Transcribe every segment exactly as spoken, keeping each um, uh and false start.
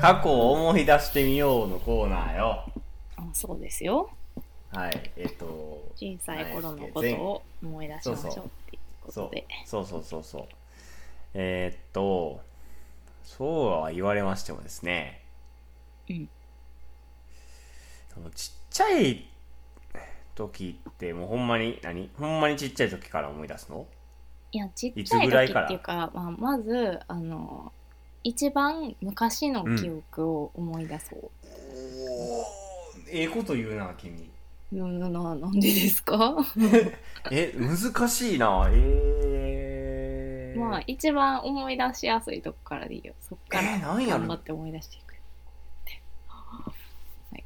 過去を思い出してみようのコーナーよ。 あ、そうですよ。 はい、えっと小さい頃のことを思い出しましょうっていうことで。 そうそうそうそうそう。えー、っとそうは言われましてもですね、 うん。 そのちっちゃい時ってもうほんまに何ほんまにちっちゃい時から思い出すの？ いや、ちっいちゃいつぐらいから？ 時っていうか、まあ、まず、あの、一番昔の記憶を思い出そう。 おー、ええこと言うな君。 な、な、なんでですか？ え、難しいな。えまあ、 ー、 一番思い出しやすいとこからでいいよ。そっかえー、 らなんやろ。 頑張って思い出していく。はい、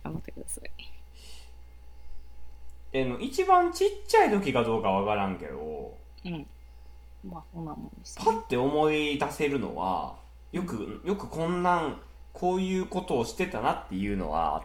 頑張ってください。 えの一番ちっちゃい時かどうかわからんけど、 うん。まあ、そんなもんですよね。 パッて思い出せるのは、よくよくこんなんこういうことをしてたなっていうのはあって、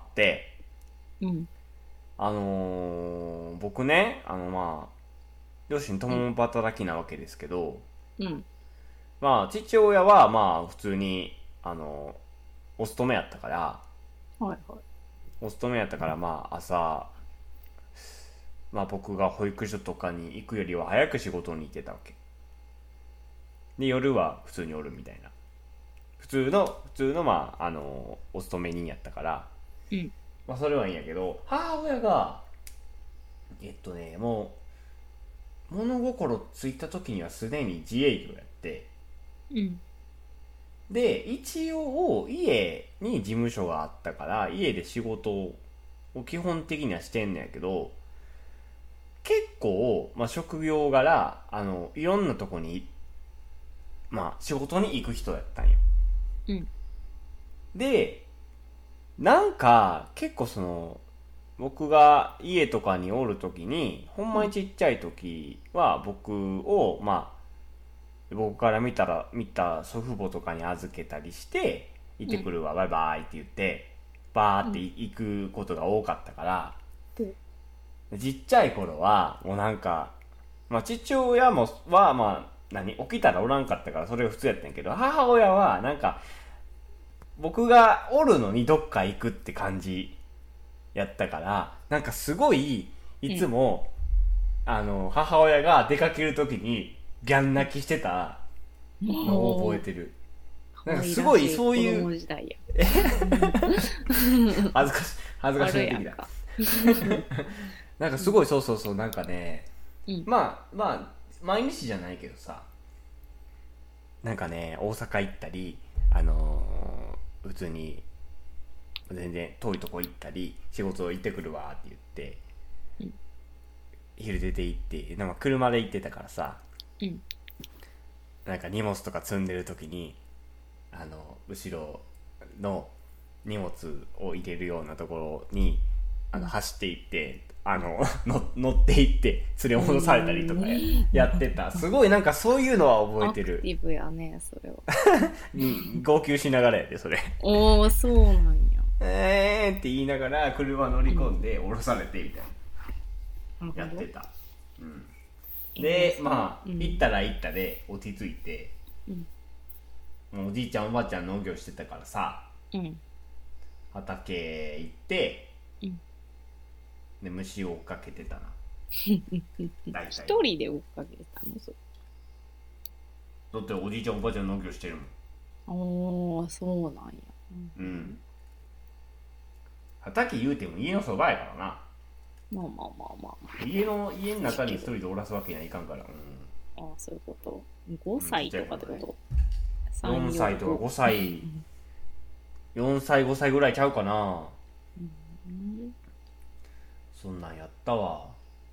うん。 あのー、僕ね、あのまあ両親うん。 共働きなわけですけど、 うん。 まあ父親はまあ普通にあのお勤めやったから、 はいはい。 お勤めやったからまあ朝、まあ僕が保育所とかに行くよりは早く仕事に行ってたわけで、夜は普通におるみたいな、普通の普通のまああのお勤め人やったから、 うん。 まあそれはいいんやけど、母親がえっとねもう物心ついた時にはすでに自営業やって、 うん。 で一応家に事務所があったから家で仕事を基本的にはしてんねやけど、結構、まあ、職業柄あのいろんなとこに、まあ、仕事に行く人やったんよ。 うん。 でなんか結構その僕が家とかにおる時にほんまにちっちゃい時は僕をまあ僕から見たら見た祖父母とかに預けたりして行ってくるわ、バイバイって言ってバーってうん。 行くことが多かったから、 うん。 ちっちゃい頃はもうなんか、まあ父親もはまあ何起きたらおらんかったからそれが普通やったんやけど、母親はなんか僕がおるのにどっか行くって感じやったから、なんかすごいいつも、あの母親が出かける時にギャン泣きしてたのを覚えもう、 てる。なん可かすごい愛らしい子そういう供時代や。 恥ずかしい恥ずかしあい出てきた。 るやんか。 なんかうん。 すごいそうそうそう、なんかね、 うん。 まあまあ毎日じゃないけどさ、なんかね大阪行ったり、あのー、普通に全然遠いとこ行ったり仕事行ってくるわって言ってうん。 昼出て行って、なんか車で行ってたからさ、 うん。 なんか荷物とか積んでる時にあの後ろの荷物を入れるようなところにあのうん。 走っていってあのの乗っていって連れ戻されたりとかや、やってた。すごいなんかそういうのは覚えアてる。 クティブやね、それは。 うん、号泣しながらやでそれ。 おー、そうなんや。 えーって言いながら車乗りうん。 込んで降ろされてみたいなるほど。 なやってた。うん、 えー、 でそまあ行っうん。 たら行ったで落ち着いて、 うん。 もうおじいちゃんおばあちゃん農業してたからさ、 うん。 畑行ってうん。 で虫を追っかけてたな、大体は。 一人で追っかけてたのそれ？ だっておじいちゃんおばあちゃん農業してるもん。 おー、そうなんや。 うん。畑言うても家のそばやからな。 まあまあまあまあまあ。 家の家の中に一いいけど。 人でおらすわけにはいかんから。うああ、そういうこと。5 ん、うん、ちっ歳ちゃい頃ね。 とかってこと？ さん、 4 よん、 歳とかご。 ごさい、よんさいごさいぐらいちゃうかな。 うん。 そんなんやったわ。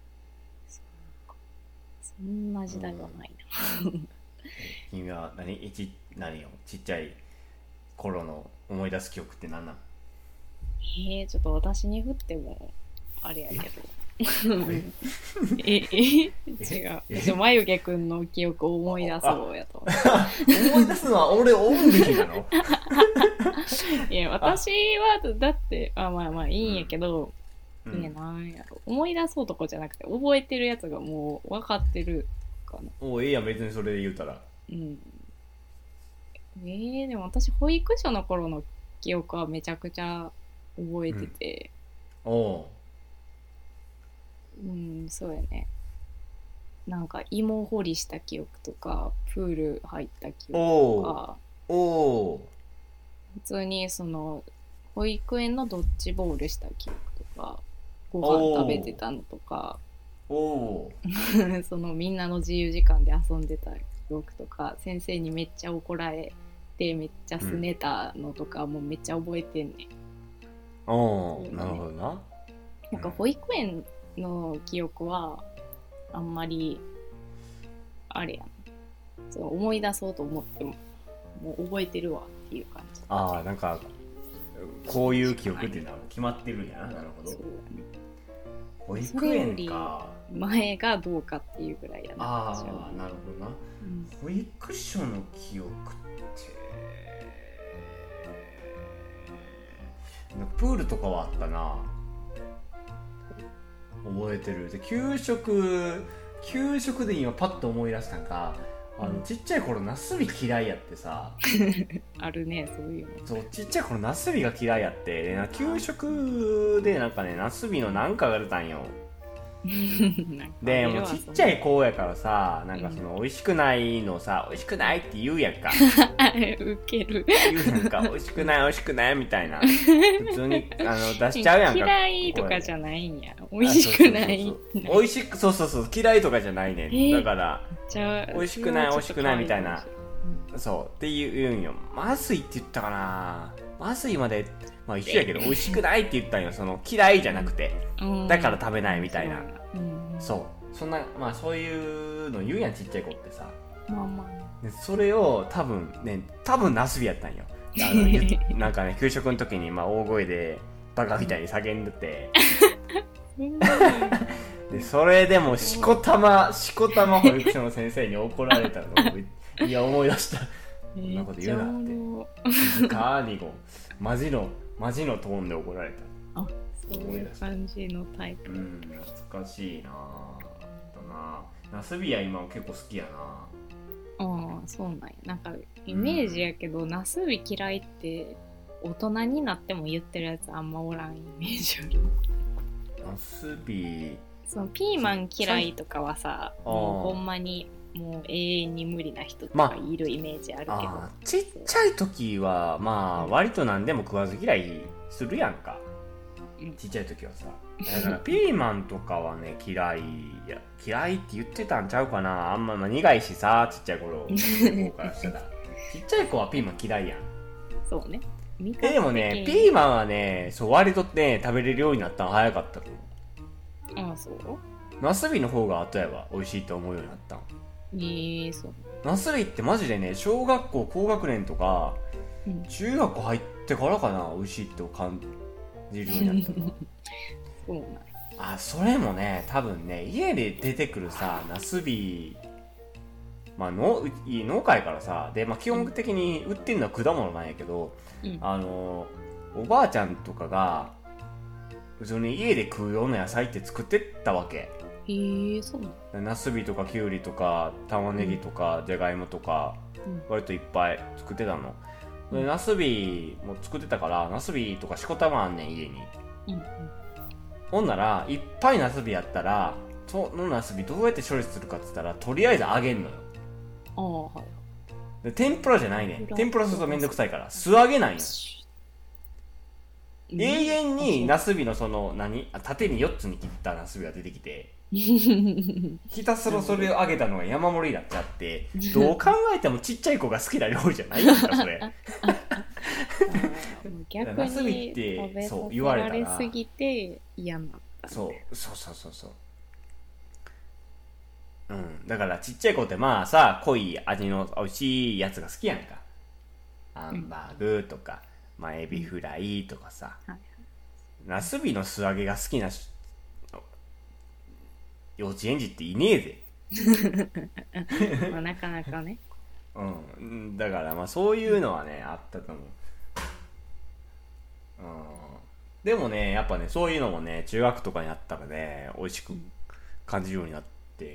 そんな時代はうん。 ない君は何いち何よちっちゃい頃の思い出す記憶って何なん？ な。えー、ちょっと私に振っても、あれやけど。 ええ、え、違えう。 えちょ、眉毛くんの記憶を思い出あそうやと。 思い出すのは俺オンリーなの？ いや、 あ、 私は、だって、あ、まあまあいいんやうん、 けど、いや、 うん。 なんやろ。思い出そうとこじゃなくて、覚えてるやつがもう分かってるかな。 おう、ええやん、別にそれで言うたら。 うん。えー、でも私、保育所の頃の記憶はめちゃくちゃ覚えてて、 うん、おうん、そうやね。なんか芋掘りした記憶とか、プール入った記お憶とおか、 おお普通にその保育園のドッジボールした記憶とか、ご飯食べておたのとか、 おおそのみんなの自由時間で遊んでた記憶とか、先生にめっちゃ怒られてめっちゃすねたのとかもめっちゃ覚えてんねん。 おお、 そうねなるほどな。 なんか保育園の記憶はあんまりあれやな、そう思い出そうと思ってももう覚えてるわっていう感じ。 ああ、なんかこういう記憶っていうのは決まってるんやな。なるほど。 そう保やね。そ育れより園か。 前がどうかっていうぐらいやな。 あ私はあ、なるほどな。 うん保育所の記憶ってなんかプールとかはあったな。覚えてる。で給食給食で今パッと思い出したんか、あのちっちゃい頃ナスビ嫌いやってさ、 あるね、そういうの。 そうちっちゃい頃ナスビが嫌いやってでな給食でなんかねナスビのなんかが出たんよ。 なんかでもうちっちゃい子子やからさ、なんかその美味しくないのさ、美味しくないって言うやんか。 ウケる。 言うやんか、美味しくない美味しくないみたいな。普通にあの出しちゃうやんか。 嫌いとかじゃないんや。美味しくない。 そうそうそうそう美味しく、そうそうそう、嫌いとかじゃないねん。 えーだからじゃあ美味しくない美味しくないみたいな、 うんそうって言う言うんよ。まずいって言ったかな。まずいまでまあ一緒やけど美味しくないって言ったんよ。その嫌いじゃなくて、 うんだから食べないみたいな。 うんそうそんなまあそういうの言うやん、ちっちゃい子ってさ。 まあまあでそれを多分ね、多分ナスビやったんよ。あのゆなんかね、給食の時にまあ大声でバカみたいに叫んでて、でそれでもしこたましこたま保育所の先生に怒られたのをいや思い出した。そんなこと言うなって静かにこうマジのマジのトーンで怒られた。 あ、そういう感じのタイプ。 うん、懐かしいなぁ。だなナスビは今結構好きやな。 ああ、そうなんや。なんかイメージやけど、ナスビ嫌いって大人になっても言ってるやつあんまおらんイメージある。 ナスビそのピーマン嫌いとかはさ、もうほんまにもう永遠に無理な人とかいるイメージあるけど、 あちっちゃい時はまあ割と何でも食わず嫌いするやんか、うん、ちっちゃい時はさ。だからピーマンとかはね嫌いや嫌いって言ってたんちゃうかな。あんま、まあ、苦いしさ、ちっちゃい頃の子からしたらちっちゃい子はピーマン嫌いやん。 そうね。 えでもねピーマンはねそう割とね食べれるようになったの早かったと思う。 ああ、そう。 ナスビの方が後やわ美味しいと思うようになったん。 えー、そう。 ナスビってマジでね小学校高学年とか、うん、中学校入ってからかな美味しいって感じるようになったの。 そうなん。 あそれもね多分ね家で出てくるさナスビまあ農農家やからさで、まあ、基本的に売ってるのは果物なんやけど、うん、あのおばあちゃんとかが普通に家で食うような野菜って作ってったわけ。 へえ、そうなの。 ナスビとかキュウリとか玉ねぎとかじゃがいもとか、うん、割といっぱい作ってたの、うん、でナスビも作ってたからナスビとかしこたまあんねん家に、うんうん、ほんならいっぱいナスビやったらそのナスビどうやって処理するかって言ったらとりあえず揚げんのよ。 ああ、はい。 で天ぷらじゃないねん。天ぷらするとめんどくさいから素揚げなんよ。永遠にナスビのその何縦によっつに切ったナスビが出てきてひたすらそれを揚げたのが山盛りになっちゃってどう考えてもちっちゃい子が好きな料理じゃないんですかそれ。 逆ナスビっにて食べさそう言われたらせられすぎて嫌になった。 そうそうそうそうそう。うん、だからちっちゃい子ってまあさ濃い味の美味しいやつが好きやんか。ハンバーグとか、まあ、エビフライとかさ、うんはい、ナスビの素揚げが好きな幼稚園児っていねえぜ。 まあなかなかね。 うん、だからまあそういうのはねあったと思う。うん、でもねやっぱねそういうのもね中学とかにあったらね美味しく感じるようになって、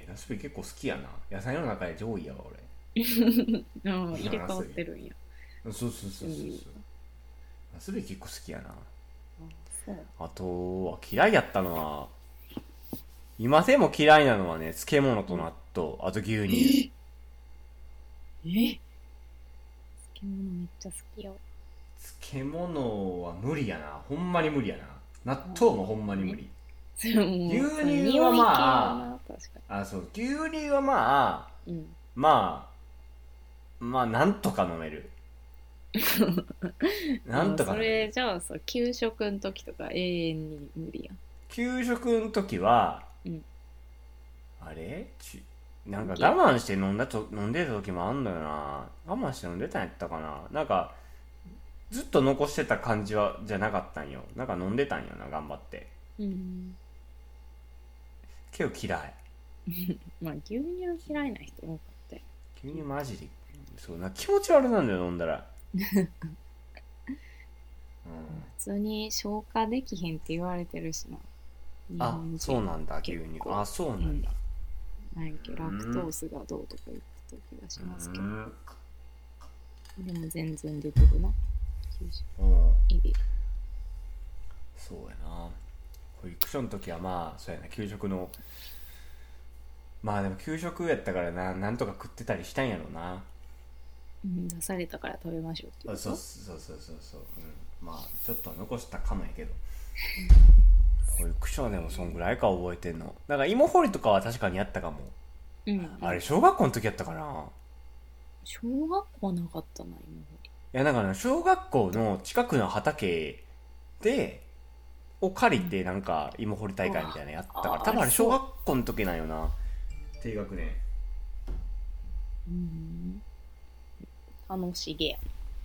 ナスビ結構好きやな。野菜の中で上位やわ俺。 うん、入れ替わってるんや。 そうそうそうそうそう。ナそれ結構好きやな。 あ、そうあとは嫌いやったのは、今でも嫌いなのはね、漬物と納豆、あと牛乳。 え漬物めっちゃ好きよ。 漬物は無理やな、ほんまに無理やな。納豆もほんまに無理。 それもう牛乳その匂い系はまな確かあ、あ、そう、牛乳はまあ、 に。うん。 まあ、まあ、なんとか飲める。なんとかそ飲める。 れじゃあさ、給食の時とか永遠に無理やん。 給食の時は、 うん。 あれちなんか我慢して飲んだと飲んでた時もあんのよな。我慢して飲んでたんやったかな。なんかずっと残してた感じはじゃなかったんよ。なんか飲んでたんよな、頑張って。 うん。 けど嫌い。 まあ牛乳嫌いな人多かったよ。 牛乳マジでそうな、気持ち悪なんだよ飲んだら。うん、 普通に消化できへんって言われてるしな。日あ、 本人そうなんだ、牛乳。あ、そうなんだ。 うん、なんやっけ、ラクトースがどうとか言ってた気がしますけど。でも全然出てるな。きゅうじゅううん、 いびそうやな。保育所の時はまあそうやな、給食のまあでも給食やったからな、なんとか食ってたりしたんやろうな。 うん、出されたから食べましょうってこあ、 と。 そうそうそうそうそう、うん、まあちょっとは残したかもやけど、保育所はでもそんぐらいか覚えてんの。だから芋掘りとかは確かにやったかも。 うん、うん、 あれ小学校の時やったかな。 小学校なかったな今まで。 いやだから小学校の近くの畑でを借りてなんか芋掘り大会みたいなのやったから、 うん、 多分あれ小学校の時なんよな、低学年。 うん、楽しげや。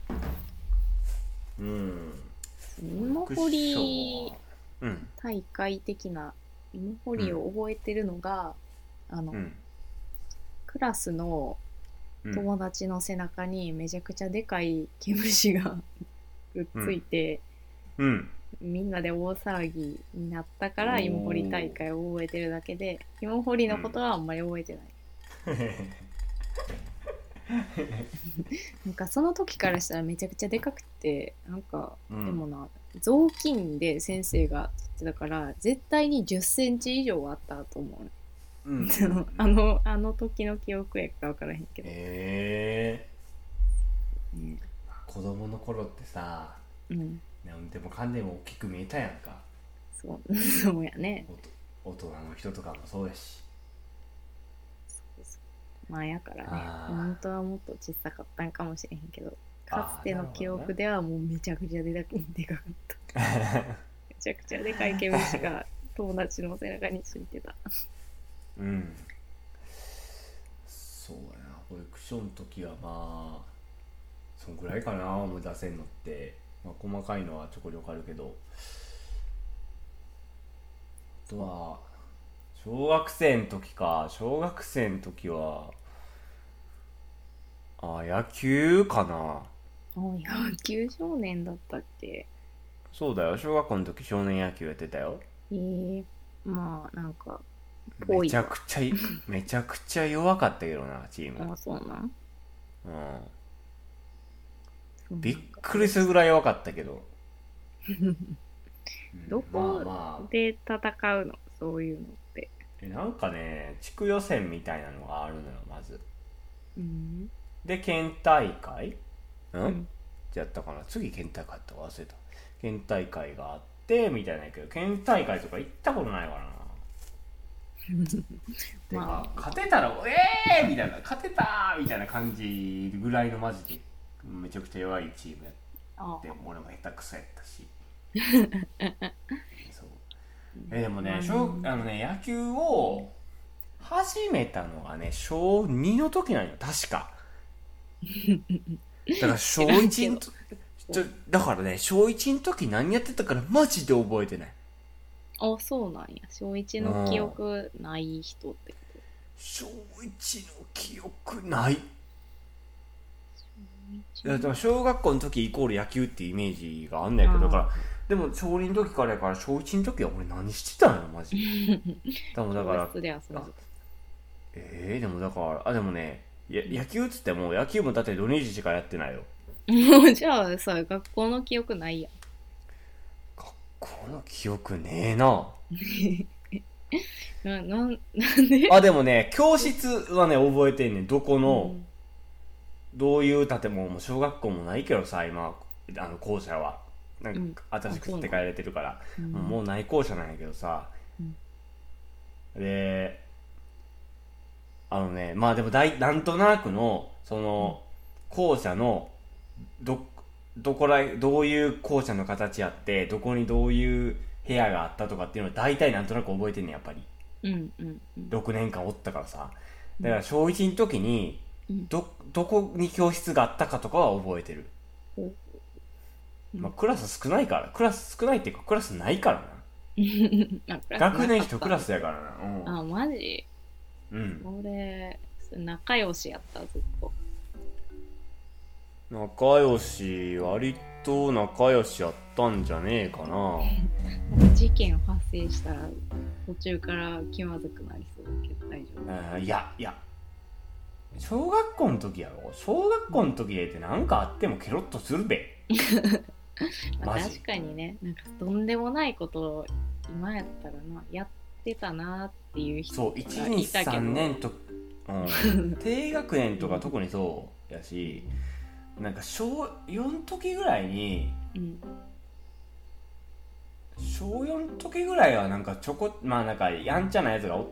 うん、 芋掘りうん、 大会的な芋掘りを覚えてるのが、うん、あの、うん、クラスの友達の背中にめちゃくちゃでかい毛虫がくっついて、 うんうん、 みんなで大騒ぎになったから芋掘り大会を覚えてるだけで、芋掘りのことはあんまり覚えてない、うん、なんかその時からしたらめちゃくちゃでかくて、なんか、うん、でもな雑巾で先生が取ってたから絶対にじゅっセンチ以上はあったと思う、うん、あのあの時の記憶やから分からへんけど。 えーうん、子供の頃ってさ、うん、なんでもかんでも大きく見えたやんか。 そうそうやね。 大人の人とかもそうやし。 そうそうまあやからね、本当はもっと小さかったんかもしれへんけど、かつての記憶ではもうめちゃくちゃでかかっためちゃくちゃでかい毛虫が友達の背中についてたうん、そうやな。保育所の時はまあそんぐらいかな、思い出せんのって。まあ、細かいのはちょこちょこあるけど、あとは小学生の時か。小学生の時はあ、野球かな。 野球少年だったっけ。 そうだよ、小学校の時少年野球やってたよ。 えー、まあなんかめちゃくちゃめちゃくちゃ弱かったけどな、チーム。 あ、そうなん。 うん、びっくりするぐらい弱かったけどどこで戦うの、そういうのって。 え、なんかね、地区予選みたいなのがあるのよ、まず。うん、で県大会、うん、うん、じゃったかな。次県大会って忘れた。県大会があってみたいなんやけど、県大会とか行ったことないからなてか、まあ、勝てたらえーみたいな、勝てたーみたいな感じぐらいのマジでめちゃくちゃ弱いチームやって、俺も下手くそやったしそうえでもね、小あのね、野球を始めたのがね小にの時なんよ確かだから小いちのちょだからね小いちの時何やってたからマジで覚えてない。あ、 そうなんや。小いちの記憶ない人ってこと。 小いちの記憶ない。だから小学校の時イコール野球っていうイメージがあんねんけど、だからでも小にの時からやから小いちの時は俺何してたのよマジで多分だからえー、でもだからあでもねや野球っつっても野球もだって土日しかやってないよもうじゃあさ、学校の記憶ないやん。 学校の記憶ねえな。 な、なん、なんであ、でもね、教室はね、覚えてんねん。どこうの、 んどういう建物も小学校もないけどさ、今、あの校舎は。なんうんか、新しく建て替えられてるから。 うんもうない校舎なんやけどさ。 うんで、あのね、まあでもだい、なんとなくの、その、校舎の、ど、どこら、どういう校舎の形やって、どこにどういう部屋があったとかっていうのを大体なんとなく覚えてんねん、やっぱり。 うんうんうんろくねんかんおったからさ。 うんだから小いちの時に、 うんど、どこに教室があったかとかは覚えてる。 おうんまあクラス少ないから、クラス少ないっていうかクラスないからあクラな。 ス学年なかった一クラスやからな。 あ、マジうん。うん。 俺、仲良しやった、ずっと。 仲良し、割と仲良しやったんじゃねえかな。 事件発生したら途中から気まずくなりそうだけど大丈夫。 あいや、いや、小学校の時やろ小学校の時でってなんかあってもケロッとするべ。 まあ、 マジ。 確かにね、なんかとんでもないことを今やったらな、やってたなっていう人そう、 がいち、に、 いたけど。 さんねんと、うん、低学年とか特にそうやし、なんか小よんの時ぐらいに、 うん小よんの時ぐらいはなんかちょこ、まあなんかやんちゃなやつがおって、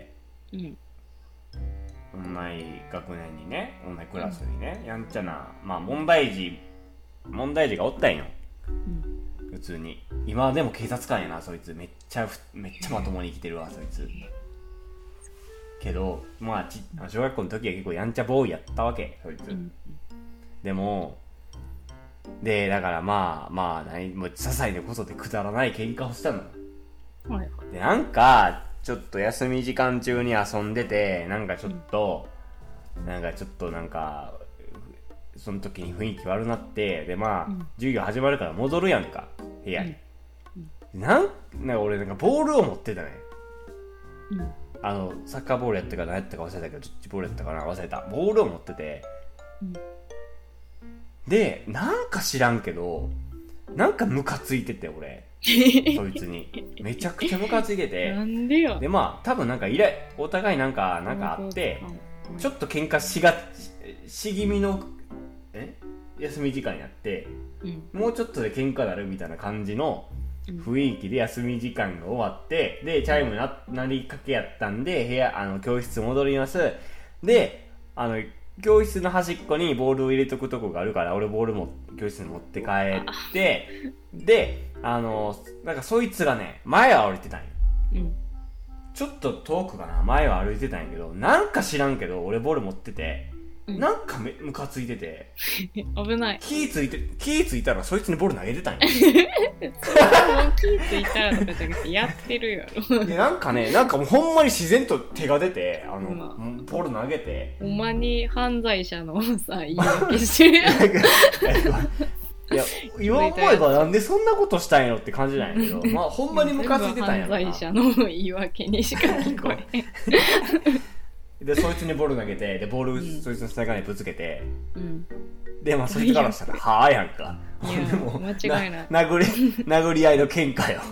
うん同じ学年にね、同じクラスにね、やんちゃな、まあ問題児、問題児がおったんよ。 うん普通に。今でも警察官やな、そいつ。めっちゃ、めっちゃまともに生きてるわ、そいつ。けど、まあち、小学校の時は結構やんちゃボーイやったわけ、そいつ。 うんでも、で、だからまあ、まあ、何、もう些細なことでくだらない喧嘩をしたの。 はいはいで、なんか、ちょっと休み時間中に遊んでて、なんかちょっと、なんかちょっとなんか、その時に雰囲気悪なって、でまあ、 うん授業始まるから戻るやんか、部屋に。 うんなん、なんか俺なんかボールを持ってたね。 うんあの、サッカーボールやったか何やったか忘れたけど、どっちボールやったかな忘れた。ボールを持ってて、 うんで、なんか知らんけど、なんかムカついてて俺、そいつに。めちゃくちゃムカついてて、 なんでよ。 でまあ、多分なんかイライ、お互いなんか、なんかあって、ちょっと喧嘩しがち、し気味の、え休み時間やって、 うんもうちょっとで喧嘩なるみたいな感じのうん雰囲気で休み時間が終わって、で、チャイムな、なりかけやったんで、部屋、あの、教室戻ります。で、あの、教室の端っこにボールを入れとくとこがあるから、俺ボールも教室に持って帰って、で、あの、なんかそいつがね、前を歩いてたんよ。 うんちょっと遠くかな、前を歩いてたんやけど、なんか知らんけど、俺ボール持ってて、 うんなんかめムカついてて、 危ない。 気ついて、気ついたらそいつにボール投げてたんよ。 もう気ついたらとかじゃなくてやってるやろ。 で、なんかね、なんかもうほんまに自然と手が出て、あの、 うボール投げて、 ほんまに犯罪者のさ、言い訳してるやん。 なんかいや、今思えばなんでそんなことしたんやろって感じなんやけど、まあほんまにムカついてたんやろな。 犯罪者の言い訳にしか聞こえへん。 で、そいつにボール投げて、で、ボール、 うんそいつの背中にぶつけて、 うん。 で、まあそいつからしたら、はぁやんか。 いやでも間違いないな殴り、殴り合いの喧嘩よ。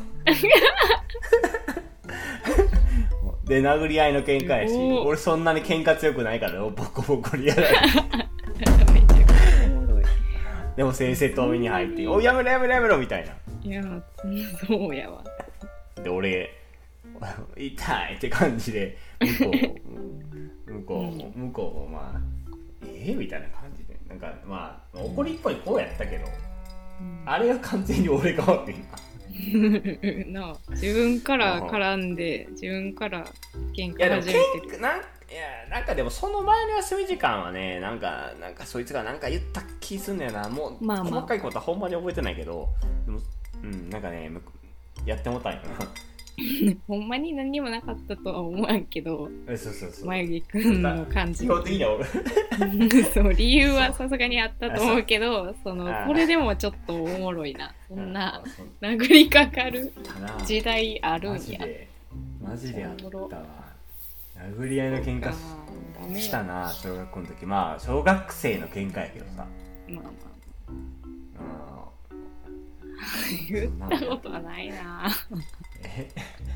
で、殴り合いの喧嘩やし、 おー俺そんなに喧嘩強くないから、ボコボコにやられて。 めちゃくちゃおもろい。 でも先生遠目に入って、おいやめろやめろやめろみたいな。 いや、そうやわ。 で、俺、痛いって感じで、向こう、向こうも、向こうもまあ、ええみたいな感じで、なんかまあ、怒りっぽい子やったけど、 うんあれは完全に俺が悪いな。 なあ自分から絡んで自分から喧いやでも嘩始めてる。 喧嘩なんいやなんかでもその前の休み時間はねなんかなんかそいつがなんか言った気すんだよなもう、 まあまあ細かいことはほんまに覚えてないけどでもうんなんかねむやってもったんやなほんまに何にもなかったとは思わんけど、 えそうそうそう眉毛くんの感じ基本的には俺そう理由はさすがにあったと思うけど、そのあこれでもちょっとおもろいな。そんなあそう殴りかかるかな時代あるんマや。 ジでマジであったわおもろ殴り合いの喧嘩ダメやしたな小学校の時まあ小学生の喧嘩やけどさまあまああ言ったことはないな。 え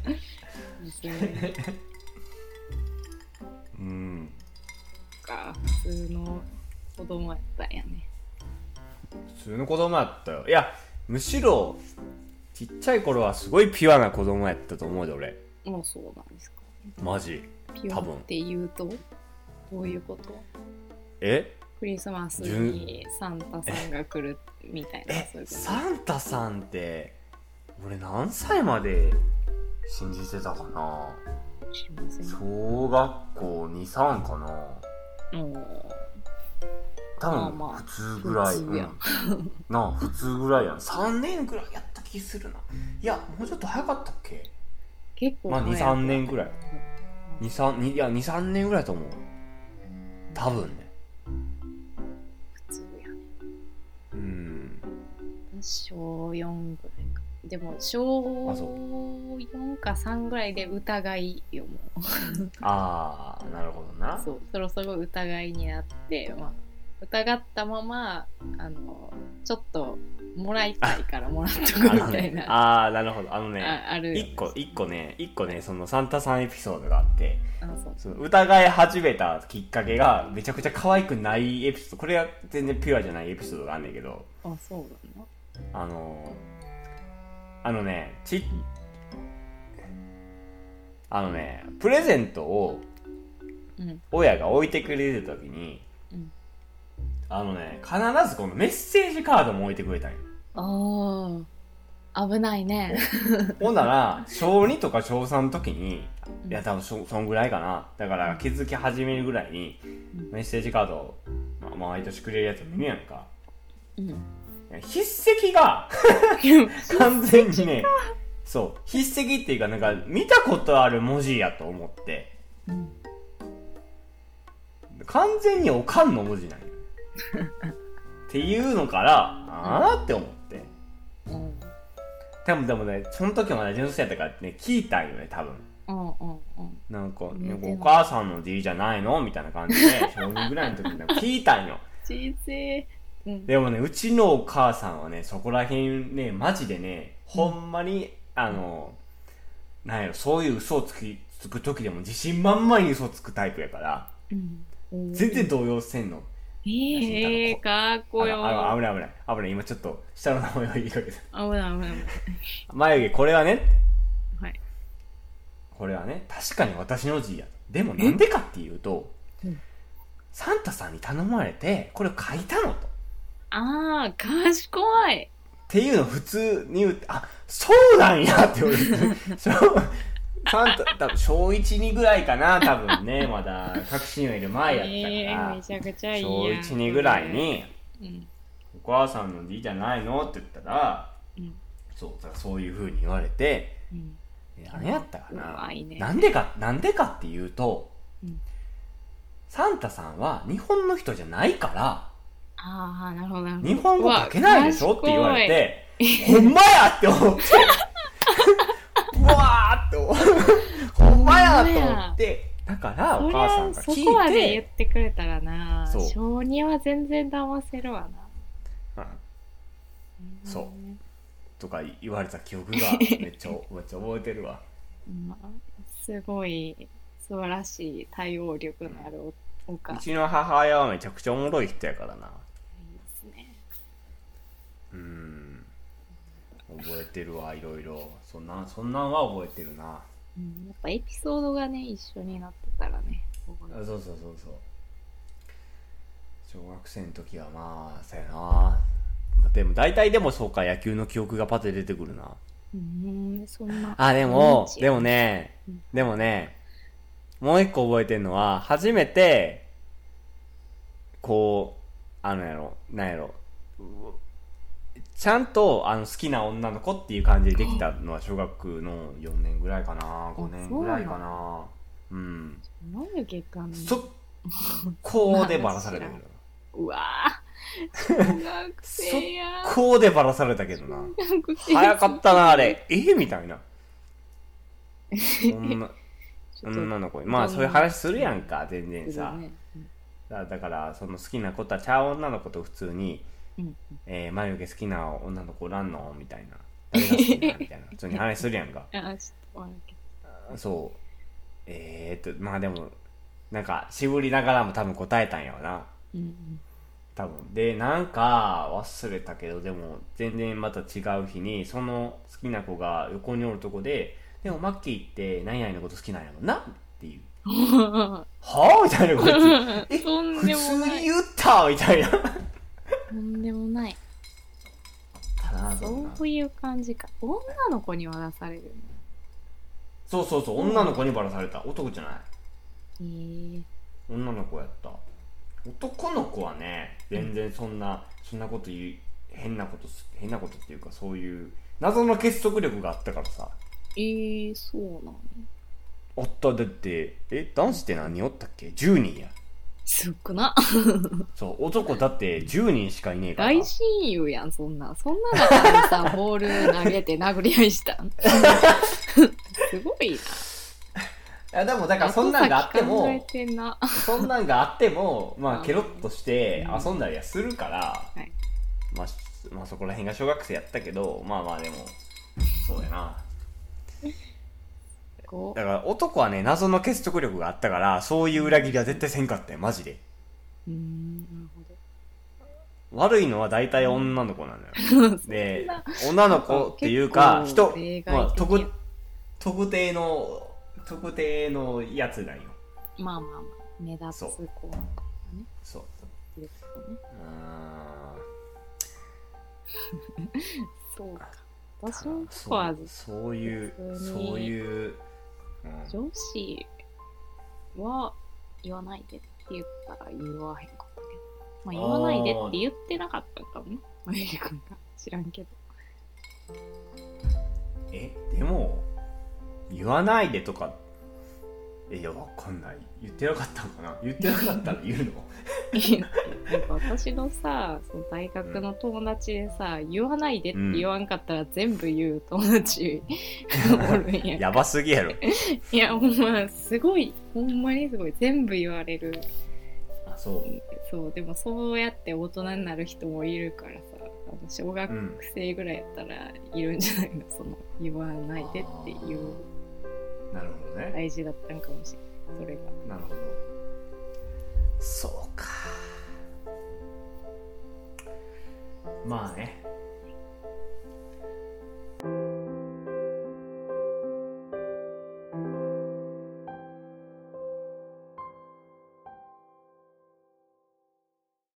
うんか普通の子供やったんやね。 普通の子供やったよ。いやむしろちっちゃい頃はすごいピュアな子供やったと思うで俺。 もうそうなんですか。 マジピュアって言うとどういうこと？ えクリスマスにサンタさんが来るみたいな。 えそういうこと。 サンタさんって俺何歳まで信じてたかな。 しません。 小学校に、さんかな。 うん。 多まあまあ分普通ぐらい、 普通やんうんなあ普通ぐらいやん。さんねんぐらいやった気するな。いやもうちょっと早かったっけ。 結構まあに、さんねんぐらい。 うんに、さん、いやに、さんねんぐらいと思う多分ね。 普通やね。 うんしょうよんぐらいか。でもしょあそうよんかさんぐらいで疑いよもう。 ああなるほどな。 そうそろそろ疑いになって、まあ、疑ったままあのちょっともらいたいからもらっとくみたいな。 ああーなるほど。あのねああるよね一個一個ね一個ねそのサンタさんエピソードがあって、 あそうその疑い始めたきっかけがめちゃくちゃ可愛くないエピソード。これは全然ピュアじゃないエピソードがあんねんけど、 あそうだな。 あのあのねちあのねプレゼントをうん親が置いてくれるときに、 うんあのね必ずこのメッセージカードも置いてくれたんよ。 ああ危ないね。 ほんなら小にとか小さんの時に、 うんいや多分そそんぐらいかな。だから気づき始めるぐらいにうんメッセージカードを、まあ、毎年くれるやつ見るやんか。 うん筆跡が完全にねそう筆跡っていうかなんか見たことある文字やと思ってうん完全におかんの文字なんよっていうのからあーって思ってうん多分でもねその時もね純粋やったからね聞いたんよね多分うんうんうんなんか、 見えてないお母さんの字じゃないのみたいな感じで小にぐらいの時になんか聞いたんよ。 小さい。うんでもねうちのお母さんはねそこら辺ねマジでねほんまに、うん、あのなんやろそういう嘘をつきつく時でも自信満々に嘘つくタイプやから、 うん、 全然動揺せんの。 ええー、かっこよ。 あ危ない危ない危ない今ちょっと下の名前を言いかけた。 危ない危ない。 眉毛これはねはい。 これはね確かに私の字や。でもなんでかっていうと、 うん、 サンタさんに頼まれてこれを書いたのと。 ああ賢いっていうのを普通に言って、あ、そうなんやって言われて、サンタ、多分小いち、にぐらいかな、多分ね、まだ確信を得る前やったから、 えー、めちゃくちゃいいやん。 小いち、にぐらいに、 うん、 お母さんの字じゃないのって言ったら、 うん、 そう、だからそういう風に言われて、 うん、 何やったかうな、 まいねなんでか、なんでかっていうと、 うん、 サンタさんは日本の人じゃないから、 ああ、なるほどなるほど。 日本語書けないでしょって言われて、ほんまやって思って、うわーって思って、ほんまやと思って、だからお母さんが聞いて、 そこまで言ってくれたらな、 そう小には全然騙せるわな。 うん、そうとか言われた記憶がめっちゃめっちゃ覚えてるわ。 まあ、すごい素晴らしい対応力のあるおお母さん。 うちの母親はめちゃくちゃおもろい人やからな。 いいですね。 うん、覚えてるわいろいろ。そんなそんなんは覚えてるな。 うん、やっぱエピソードがね一緒になってたらね。 あ、そうそうそうそう。小学生の時はまあそうやな。でも大体でもそうか野球の記憶がパッと出てくるな。 うーん、そんな。 あでも毎日でもね、 うん、 でもねもう一個覚えてるのは初めてこうあのやろなんやろちゃんとあの好きな女の子っていう感じでできたのは小学のよねんぐらいかなごねんぐらいかな。うん何結果あんの？ 速攻でバラされたけどな。 うわぁ小学生や速攻でバラされたけどな。 小学生早かったなあれ。えみたいな。女女の子にまあそういう話するやんか全然さ、 ねうん、 だ, だからその好きな子とはちゃう女の子と普通にうんうんえー、眉毛好きな女の子おらんのみたいな。誰が好きなみたいな。普通に話するやんか。 あ、ちょっと笑うけそう。えーっと、まあでも、なんか、渋りながらも多分答えたんやろな。 ど。うんうん多分。で、なんか、忘れたけど、でも、全然また違う日に、その好きな子が横におるとこで、でもマッキーって何々のこと好きなんやろなっていう。はぁみたいなこいつ。え、 とん普でもない通に言ったみたいな。 とんでもない。 たなそんなそういう感じか。女の子には出されるの。 そうそうそう、女の子にバラされた。男じゃない。 えー、 女の子やった。男の子はね、全然そんな、そんなこと言う、変なことす、変なことっていうか、そういう、謎の結束力があったからさ。 えー、そうなの。 おった、だって、え、男子って何人おったっけ ?じゅう 人や。 すっくな。 そう、男だってじゅうにんしかいねえから。 大親友やん、そんな。そんな中でさ、ボール投げて殴り合いしたん。すごいな。 いやでもだからそんなんがあっても後先考えてんな。 そんなんがあってもまああケロッとしてうん遊んだりはするから、 はいまあ、まあそこら辺が小学生やったけどまあまあでもそうやな。 こだから男はね謎の結束力があったからそういう裏切りは絶対せんかったよマジで。 う。うーん、なるほど。 悪いのは大体女の子なのよ。で女の子っていうか人、 結構例外的まあ、特特定の特定のやつなんよ。 まあまあまあ、目立つ子とかね。 そういることね。 あそうか。私のーとこはそうそういう普通にそういう、うん、 女子は言わないでって言ったら言わへんかったけど。まあ言わないでって言ってなかったかもね。まゆりくんが。知らんけど。 えでも言わないでとかえいやわかんない言ってなかったのかな言ってなかったら言うのなんか私のさ、その大学の友達でさ、言わないでって言わんかったら全部言う友達おるんや。 やばすぎやろ。 いや、ほんま、すごい、ほんまにすごい、全部言われる。 あそうそう、でもそうやって大人になる人もいるからさ、あの小学生ぐらいやったらいるんじゃないの、その、言わないでっていう、 なるほどね大事だったんかもしれない、それが。 なるほどそうかまあね